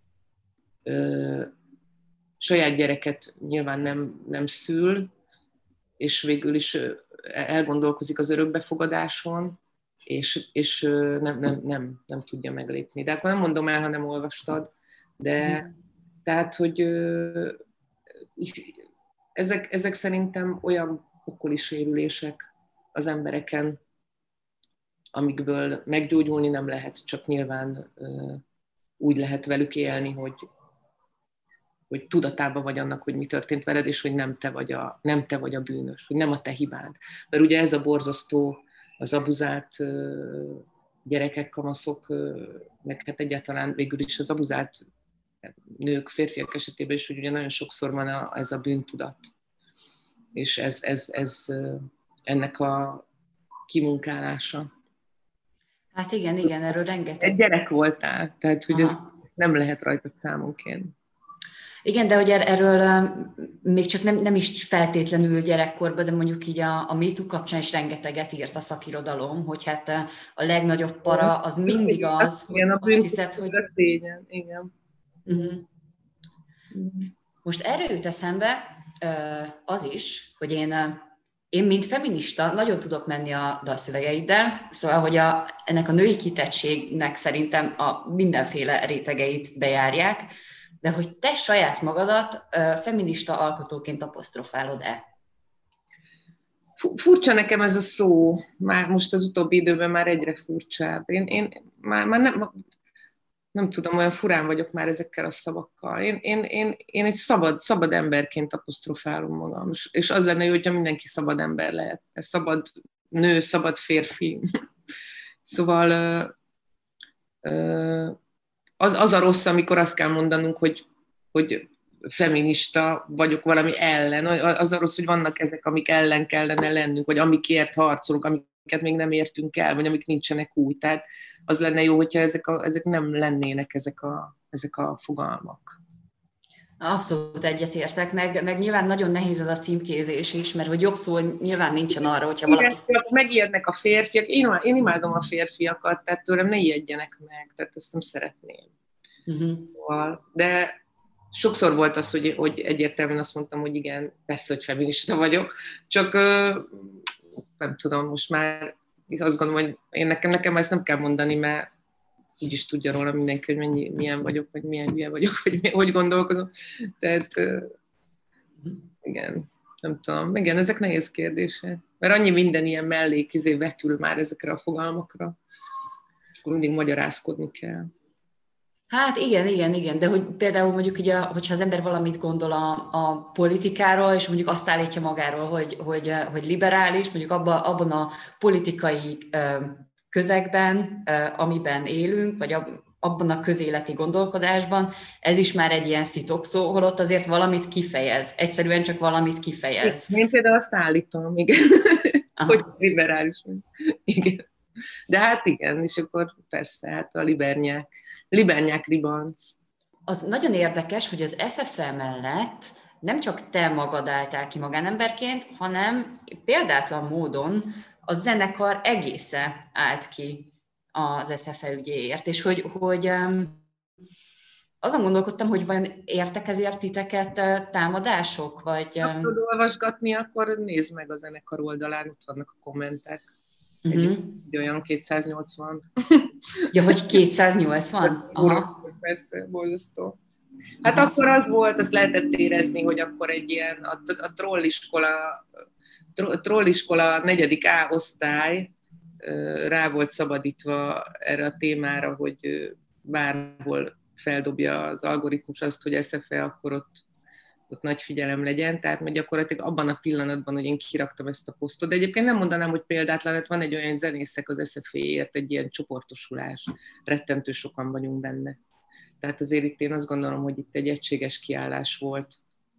saját gyereket nyilván nem szül, és végül is elgondolkozik az örökbefogadáson, és nem tudja meglépni. De akkor nem mondom el, ha nem olvastad, de tehát, hogy ezek szerintem olyan pokoli sérülések az embereken, amikből meggyógyulni nem lehet, csak nyilván úgy lehet velük élni, hogy tudatában vagy annak, hogy mi történt veled, és hogy nem te vagy a bűnös, hogy nem a te hibád. Mert ugye ez a borzasztó, az abuzált gyerekek, kamaszok, meg hát egyáltalán végül is az abuzált nők, férfiak esetében is, hogy ugye nagyon sokszor van ez a bűntudat. És ez ennek a kimunkálása. Hát igen, erről rengeteg. Egy gyerek voltál, tehát hogy ez nem lehet rajtad számon kérni. Igen, de hogy erről még csak nem is feltétlenül gyerekkorban, de mondjuk így a MeToo kapcsán is rengeteget írt a szakirodalom, hogy hát a legnagyobb para az mindig az, hogy azt hiszed, hogy... Igen. Most erről jut eszembe az is, hogy én mint feminista nagyon tudok menni a dalszövegeiddel, szóval, hogy ennek a női kitettségnek szerintem a mindenféle rétegeit bejárják, de hogy te saját magadat feminista alkotóként apostrofálod-e? Furcsa nekem ez a szó, már most az utóbbi időben már egyre furcsább. Én már nem tudom, olyan furán vagyok már ezekkel a szavakkal. Én egy szabad emberként apostrofálom magam, és az lenne jó, hogyha mindenki szabad ember lehet. Szabad nő, szabad férfi. Szóval az a rossz, amikor azt kell mondanunk, hogy feminista vagyok valami ellen. Az a rossz, hogy vannak ezek, amik ellen kellene lennünk, vagy amikért harcolunk, amiket még nem értünk el, vagy amik nincsenek úgy. Tehát az lenne jó, hogyha ezek nem lennének ezek a fogalmak. Abszolút egyetértek, meg nyilván nagyon nehéz ez a címkézés is, mert hogy jobb szó nyilván nincsen arra, hogyha valaki... Megijednek a férfiak, én imádom a férfiakat, tehát tőlem ne ijedjenek meg, tehát ezt nem szeretném. De sokszor volt az, hogy egyértelműen azt mondtam, hogy igen, persze, hogy feminista vagyok, csak nem tudom, most már azt gondolom, hogy nekem ezt nem kell mondani, mert úgyis tudja róla mindenki, hogy milyen vagyok, vagy milyen hülye vagyok, vagy hogy gondolkozom. Tehát igen, nem tudom. Igen, ezek nehéz kérdések. Mert annyi minden ilyen mellék vetül már ezekre a fogalmakra. És akkor mindig magyarázkodni kell. Hát igen, de hogy például mondjuk így, hogyha az ember valamit gondol a politikáról, és mondjuk azt állítja magáról, hogy liberális, mondjuk abban a politikai közegben, amiben élünk, vagy abban a közéleti gondolkodásban, ez is már egy ilyen szitokszó, holott azért valamit kifejez. Egyszerűen csak valamit kifejez. Én például azt állítom, igen, hogy liberális. Igen. De hát igen, és akkor persze, hát a libernyák ribanc. Az nagyon érdekes, hogy az SFL mellett nem csak te magad álltál ki magánemberként, hanem példátlan módon a zenekar egésze állt ki az SFL ügyéért, és hogy azon gondolkodtam, hogy vajon értek ezért titeket támadások, vagy... Ha tudod olvasgatni, akkor nézd meg a zenekar oldalán, ott vannak a kommentek. Egy olyan 280. Ja, hogy 280? Aha. Persze, borzasztó. Hát akkor az volt, azt lehetett érezni, hogy akkor egy ilyen, a trolliskola 4. A osztály rá volt szabadítva erre a témára, hogy bárhol feldobja az algoritmus azt, hogy SFE, akkor ott nagy figyelem legyen, tehát gyakorlatilag abban a pillanatban, hogy én kiraktam ezt a posztot, de egyébként nem mondanám, hogy példátlan, hát van egy olyan zenészek az SFE-ért, egy ilyen csoportosulás, rettentő sokan vagyunk benne. Tehát azért itt én azt gondolom, hogy itt egy egységes kiállás volt.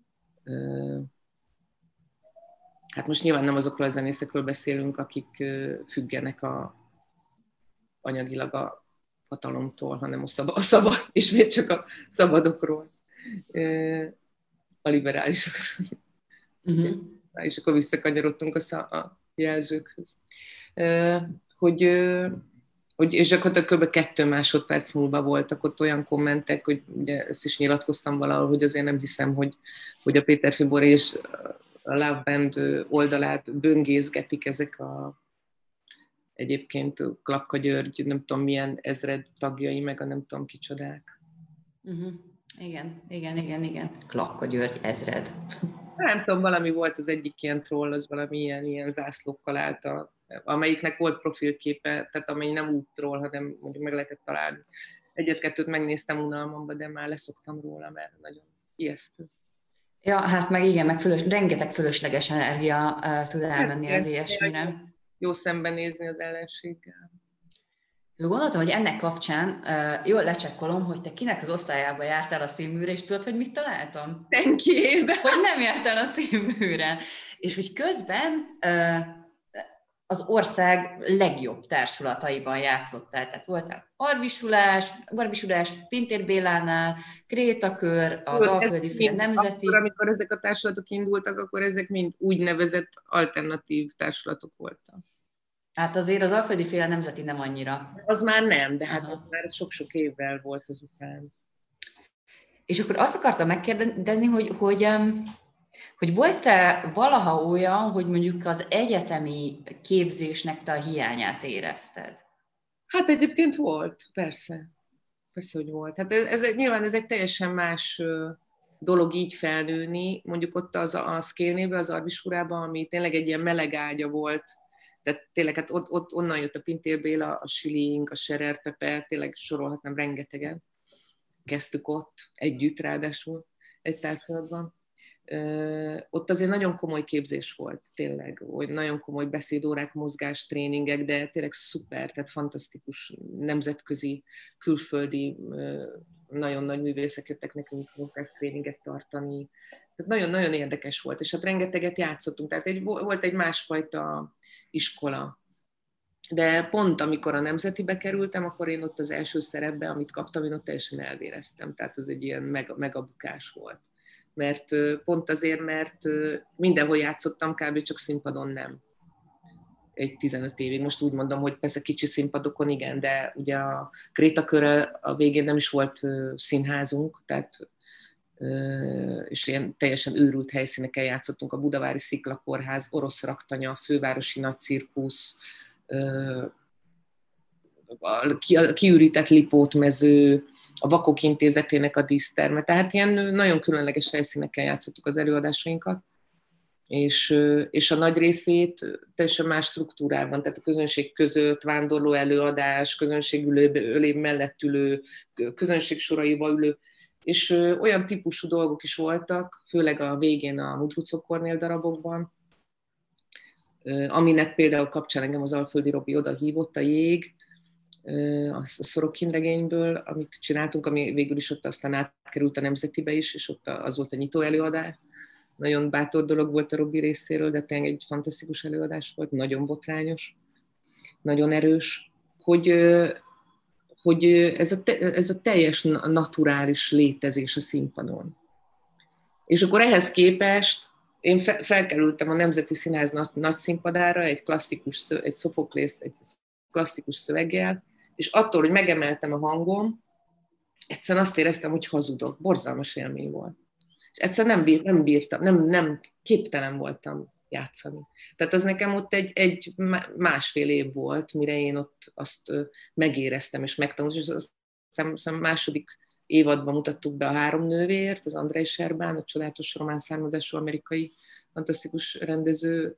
Hát most nyilván nem azokról a zenészekről beszélünk, akik függenek anyagilag a hatalomtól, hanem ismét csak a szabadokról. A liberálisokról. És akkor visszakanyarodtunk a jelzőkhöz. És akkor kb. 2 másodperc múlva voltak ott olyan kommentek, hogy ugye ezt is nyilatkoztam valahol, hogy azért nem hiszem, hogy a Péter Fibor és a Love Band oldalát böngészgetik ezek egyébként Klapka György, nem tudom milyen ezred tagjai, meg a nem tudom kicsodák. Igen. Klapka György ezred. Nem tudom, valami volt az egyik ilyen troll, az valami ilyen zászlókkal állt, amelyiknek volt profilképe, tehát amely nem úgy troll, hanem mondjuk meg lehetett találni. Egyet-kettőt megnéztem unalmamba, de már leszoktam róla, mert nagyon ijesztő. Ja, hát meg igen, meg rengeteg fölösleges energia tud elmenni az ilyesmire. Jó szembenézni az ellenséggel. Gondoltam, hogy ennek kapcsán jól lecsekkolom, hogy te kinek az osztályába jártál a színműre, és tudod, hogy mit találtam? Senki, Hogy nem jártál a színműre. És hogy közben az ország legjobb társulataiban játszottál. Tehát voltál Arvisulás, Pintér Bélánál, Krétakör, az Alföldi Féle Nemzeti. Akkor, amikor ezek a társulatok indultak, akkor ezek mind úgynevezett alternatív társulatok voltak. Hát azért az Alföldi Féle Nemzeti nem annyira. Az már nem, de hát az már sok-sok évvel volt azután. És akkor azt akartam megkérdezni, hogy volt-e valaha olyan, hogy mondjuk az egyetemi képzésnek te a hiányát érezted? Hát egyébként volt, persze. Persze, hogy volt. Hát nyilván ez egy teljesen más dolog így felnőni. Mondjuk ott a Szkélnébe, az Arvisurában, ami tényleg egy ilyen meleg ágya volt. Tehát tényleg hát ott onnan jött a Pintér Béla, a Schilling, a Scherer Pepe, tényleg sorolhatnám rengetegen. Kezdtük ott, együtt ráadásul, egy társulatban. Ott azért nagyon komoly képzés volt, tényleg, nagyon komoly beszédórák, mozgás, tréningek, de tényleg szuper, tehát fantasztikus nemzetközi, külföldi, nagyon nagy művészek jöttek nekünk tréninget tartani. Tehát nagyon-nagyon érdekes volt, és hát rengeteget játszottunk, tehát volt egy másfajta iskola. De pont amikor a Nemzetibe kerültem, akkor én ott az első szerepbe, amit kaptam, én ott teljesen elvéreztem, tehát az egy ilyen megabukás volt. Mert pont azért, mert mindenhol játszottam, kb. Csak színpadon nem. Egy 15 évig. Most úgy mondom, hogy persze kicsi színpadokon igen, de ugye a Krétakörrel a végén nem is volt színházunk, tehát és ilyen teljesen őrült helyszíneken játszottunk, a Budavári Sziklakórház, Orosz Raktanya, Fővárosi Nagycirkusz, a kiürített Lipótmező, a Vakok Intézetének a díszterme. Tehát ilyen nagyon különleges helyszíneken játszottuk az előadásainkat, és a nagy részét teljesen más struktúrában, tehát a közönség között vándorló előadás, közönség ülő mellett ülő, közönség soraiba ülő, és olyan típusú dolgok is voltak, főleg a végén a Mudruczó Kornél darabokban, aminek például kapcsán engem az Alföldi Robi oda hívott, a Jég, a Szorokin regényből, amit csináltunk, ami végül is ott aztán átkerült a Nemzetibe is, és ott az volt a nyitó előadás. Nagyon bátor dolog volt a Robi részéről, de tényleg egy fantasztikus előadás volt, nagyon botrányos, nagyon erős, hogy ez a teljes naturális létezés a színpadon. És akkor ehhez képest én felkerültem a Nemzeti Színház nagy színpadára egy Szofoklész, egy klasszikus szöveggel, és attól, hogy megemeltem a hangom, egyszerűen azt éreztem, hogy hazudok. Borzalmas élmény volt. És egyszerűen nem bírtam, nem képtelen voltam játszani. Tehát az nekem ott egy másfél év volt, mire én ott azt megéreztem és megtanultam. És aztán második évadban mutattuk be a Három nővért, az Andrei Serbán, a csodálatos román származású amerikai fantasztikus rendezővel,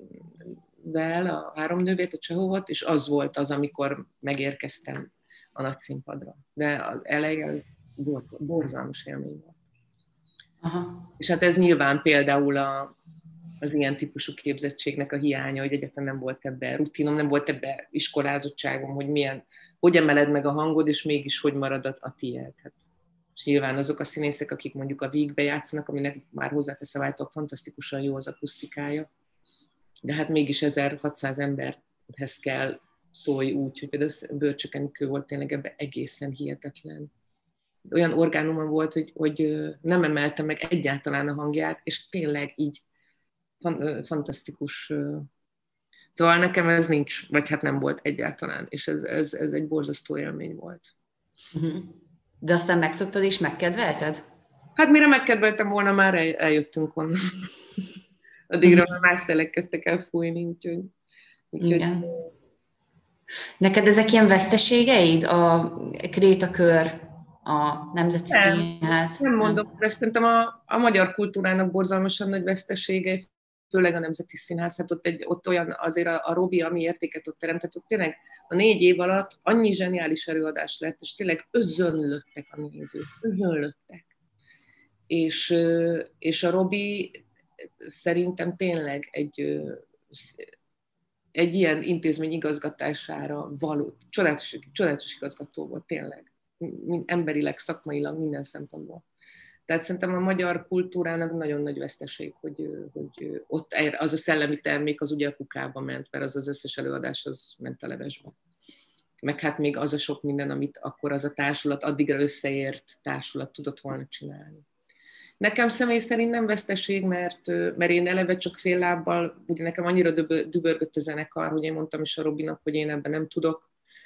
a Három nővért, a Csehovot, és az volt az, amikor megérkeztem a nagy színpadra. De az eleje borzalmas élmény volt. Aha. És hát ez nyilván például az ilyen típusú képzettségnek a hiánya, hogy egyáltalán nem volt ebbe rutinom, nem volt ebbe iskolázottságom, hogy emeled meg a hangod, és mégis hogy marad a tiéd. Hát, és nyilván azok a színészek, akik mondjuk a Vígbe játszanak, aminek már hozzáteszem állítólag fantasztikusan jó az akusztikája, de hát mégis 1600 emberhez kell szólj úgy, hogy például Börcsök Enikő volt tényleg ebben egészen hihetetlen. Olyan orgánumon volt, hogy nem emelte meg egyáltalán a hangját, és tényleg így fantasztikus. Szóval nekem ez nincs, vagy hát nem volt egyáltalán, és ez egy borzasztó élmény volt. De aztán megszoktad és megkedvelted? Hát mire megkedveltem volna, már eljöttünk onnan. Addigra már más szelek kezdtek el fújni, úgyhogy... Igen. Neked ezek ilyen veszteségeid? A Krétakör a Nemzeti Nem, Színház? nem mondom, de szerintem a magyar kultúrának borzalmasan nagy vesztesége, főleg a Nemzeti Színház, hát ott olyan azért a Robi, ami értéket ott teremtett, ott tényleg a 4 év alatt annyi zseniális előadás lett, és tényleg özönlöttek a nézők, özönlöttek. És a Robi szerintem tényleg egy ilyen intézmény igazgatására való, csodálatos igazgató volt tényleg, emberileg, szakmailag, minden szempontból. Tehát szerintem a magyar kultúrának nagyon nagy veszteség, hogy ott az a szellemi termék az ugye a kukába ment, mert az összes előadás az ment a levesbe. Meg hát még az a sok minden, amit akkor az a társulat, addigra összeért társulat tudott volna csinálni. Nekem személy szerint nem veszteség, mert én eleve csak fél lábbal, ugye nekem annyira dübörgött a zenekar, hogy én mondtam is a Robinak, hogy én ebben nem tudok,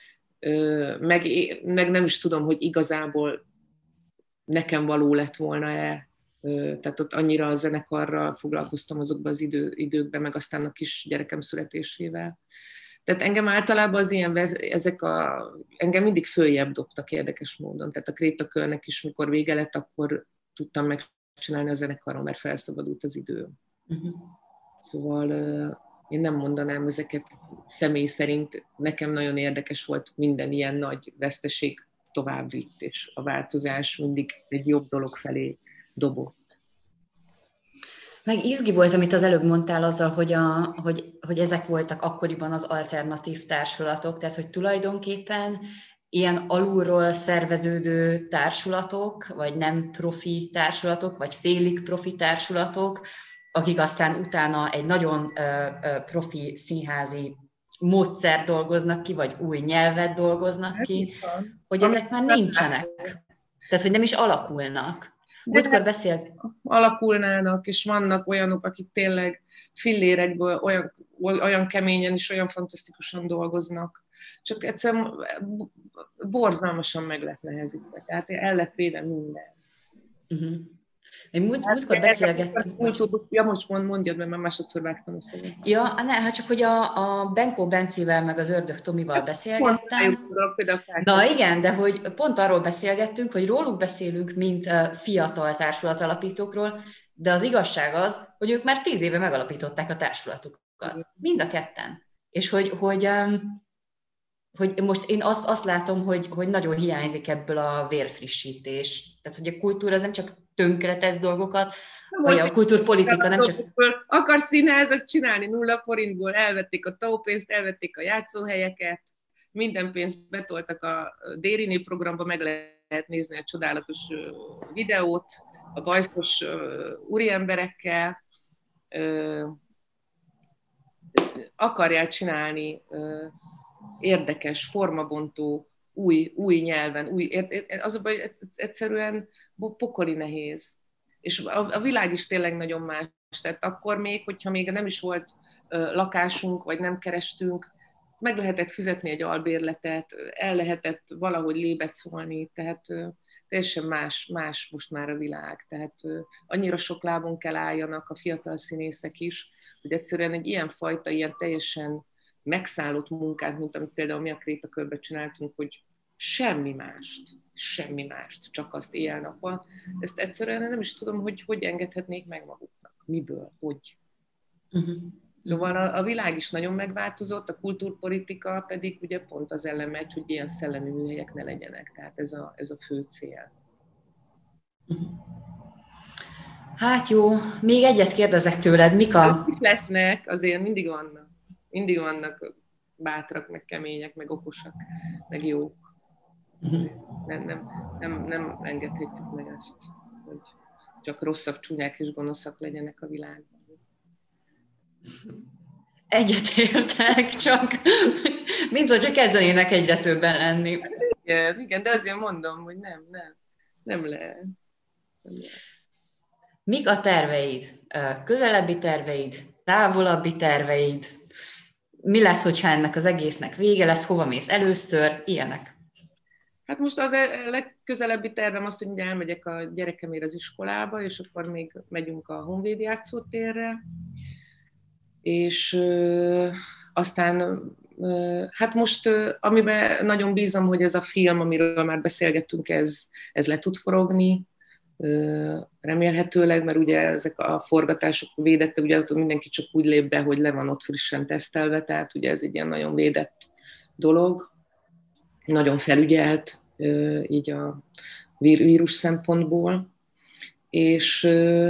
meg nem is tudom, hogy igazából nekem való lett volna-e, tehát ott annyira a zenekarral foglalkoztam azokban az időkben, meg aztán a kis gyerekem születésével. Tehát engem általában az ilyen, engem mindig följebb dobtak érdekes módon. Tehát a Krétakörnek is, mikor vége lett, akkor tudtam megcsinálni a zenekaron, mert felszabadult az idő. Uh-huh. Szóval én nem mondanám ezeket személy szerint. Nekem nagyon érdekes volt minden ilyen nagy veszteség tovább vitt, és a változás mindig egy jobb dolog felé dobott. Meg izgi volt, amit az előbb mondtál azzal, hogy ezek voltak akkoriban az alternatív társulatok, tehát hogy tulajdonképpen ilyen alulról szerveződő társulatok, vagy nem profi társulatok, vagy félig profi társulatok, akik aztán utána egy nagyon profi színházi módszer dolgoznak ki, vagy új nyelvet dolgoznak ki, hogy ezek már nincsenek. Tehát, hogy nem is alakulnak. Múltkor alakulnának, és vannak olyanok, akik tényleg fillérekből olyan keményen és olyan fantasztikusan dolgoznak. Csak egyszerűen borzalmasan meg lett nehezítve. Tehát el lett véve minden. Uh-huh. Én múltkor beszélgettünk. Ja, most mondjad, mert már másodszor vágtam össze. Ja, hát csak, hogy a Benkó Bencével meg az Ördög Tomival beszélgettem. Na igen, de hogy pont arról beszélgettünk, hogy róluk beszélünk, mint fiatal társulatalapítókról, de az igazság az, hogy ők már 10 éve megalapították a társulatukat. Mind a ketten. És hogy most én azt látom, hogy nagyon hiányzik ebből a vérfrissítés. Tehát, hogy a kultúra az nem csak tönkretesz dolgokat, vagy a kultúrpolitika nem csak... Akar színházat csinálni 0 forintból, elvették a TAO pénzt, elvették a játszóhelyeket, minden pénzt betoltak a Dériné programba, meg lehet nézni a csodálatos videót, a bajszos úriemberekkel, akarják csinálni érdekes, formabontó, új nyelven, az a baj, egyszerűen pokoli nehéz. És a világ is tényleg nagyon más. Tehát akkor még, hogyha még nem is volt lakásunk, vagy nem kerestünk, meg lehetett fizetni egy albérletet, el lehetett valahogy lébet szólni, tehát teljesen más most már a világ. Tehát annyira sok lábon kell álljanak a fiatal színészek is, hogy egyszerűen egy ilyenfajta, ilyen teljesen megszállott munkát, mint amit például mi a Krétakörben csináltunk, hogy semmi mást, csak azt éjjel-nappal. Ezt egyszerűen nem is tudom, hogy engedhetnék meg maguknak. Miből, hogy. Uh-huh. Szóval a világ is nagyon megváltozott, a kultúrpolitika pedig ugye pont az ellen megy, hogy ilyen szellemi műhelyek ne legyenek. Tehát ez a fő cél. Uh-huh. Hát jó, még egyet kérdezek tőled, Mika? Lesznek, azért mindig vannak bátrak, meg kemények, meg okosak, meg jók. Nem engedhetjük meg ezt, hogy csak rosszak, csúnyák és gonoszak legyenek a világban. Egyetértek, csak mint hogyha kezdenének egyre többen lenni. Igen, de azért mondom, hogy nem lehet. Mik a terveid? Közelebbi terveid? Távolabbi terveid? Mi lesz, hogyha ennek az egésznek vége lesz? Hova mész először? Ilyenek. Hát most az legközelebbi tervem az, hogy elmegyek a gyerekemért az iskolába, és akkor még megyünk a Honvéd játszótérre, és aztán Hát most, amiben nagyon bízom, hogy ez a film, amiről már beszélgettünk, ez le tud forogni, remélhetőleg, mert ugye ezek a forgatások védette, ugye ott mindenki csak úgy lép be, hogy le van ott frissen tesztelve, tehát ugye ez egy ilyen nagyon védett dolog, nagyon felügyelt így a vírus szempontból, és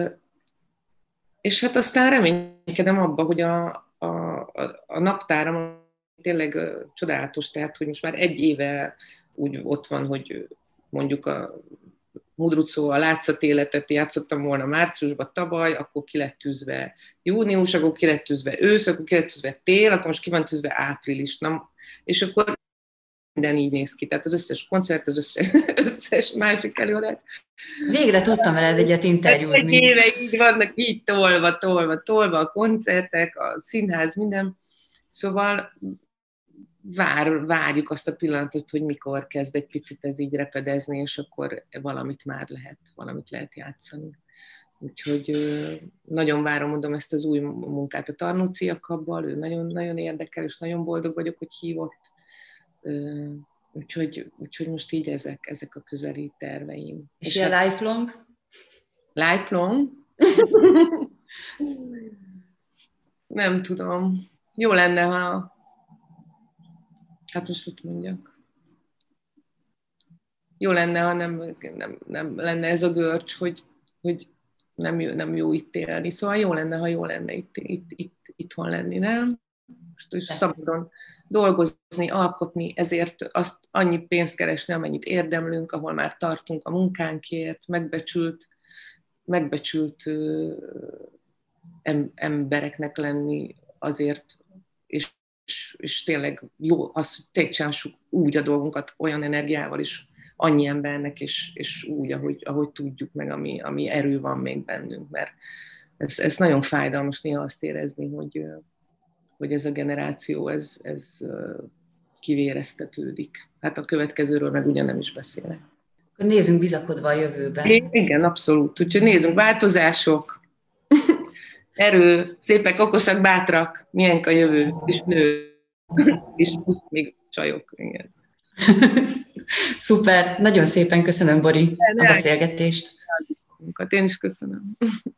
hát aztán reménykedem abba, hogy a naptáram tényleg csodálatos, tehát hogy most már 1 éve úgy ott van, hogy mondjuk a Mudrucó a látszatéletet játszottam volna márciusban tavaly, akkor ki lett tűzve június, akkor ki lett tűzve ősz, akkor ki lett tűzve tél, akkor most ki van tűzve április. És akkor minden így néz ki, tehát az összes koncert, az összes másik előadás. Végre tudtam veled egyet interjúzni. 1 éve így vannak, így tolva a koncertek, a színház, minden. Szóval várjuk azt a pillanatot, hogy mikor kezd egy picit ez így repedezni, és akkor valamit lehet játszani. Úgyhogy nagyon várom, mondom, ezt az új munkát a Tarnóci Jakabbal, ő nagyon-nagyon érdekel, és nagyon boldog vagyok, hogy hívott. Úgyhogy most így ezek a közeli terveim. És a lifelong? Lifelong? Nem tudom. Jó lenne, ha... Hát most mit mondjak? Jó lenne, ha nem lenne ez a görcs, hogy nem jó itt élni. Szóval jó lenne, ha jó lenne itthon lenni, nem? Most szabadon dolgozni, alkotni, ezért azt annyi pénzt keresni, amennyit érdemlünk, ahol már tartunk a munkánkért, megbecsült embereknek lenni azért, és tényleg jó az, hogy tényleg csináljuk úgy a dolgunkat, olyan energiával is annyi embernek, és úgy, ahogy tudjuk meg, ami erő van még bennünk, mert ez nagyon fájdalmas néha azt érezni, hogy ez a generáció, ez kivéreztetődik. Hát a következőről meg ugye nem is beszélek. Nézzünk bizakodva a jövőbe. Igen, abszolút. Úgyhogy nézzünk, változások, erő, szépek, okosak, bátrak, milyenk a jövő, és nő, és plusz még csajok. Igen. Szuper, nagyon szépen köszönöm, Bori, a beszélgetést. Én is köszönöm.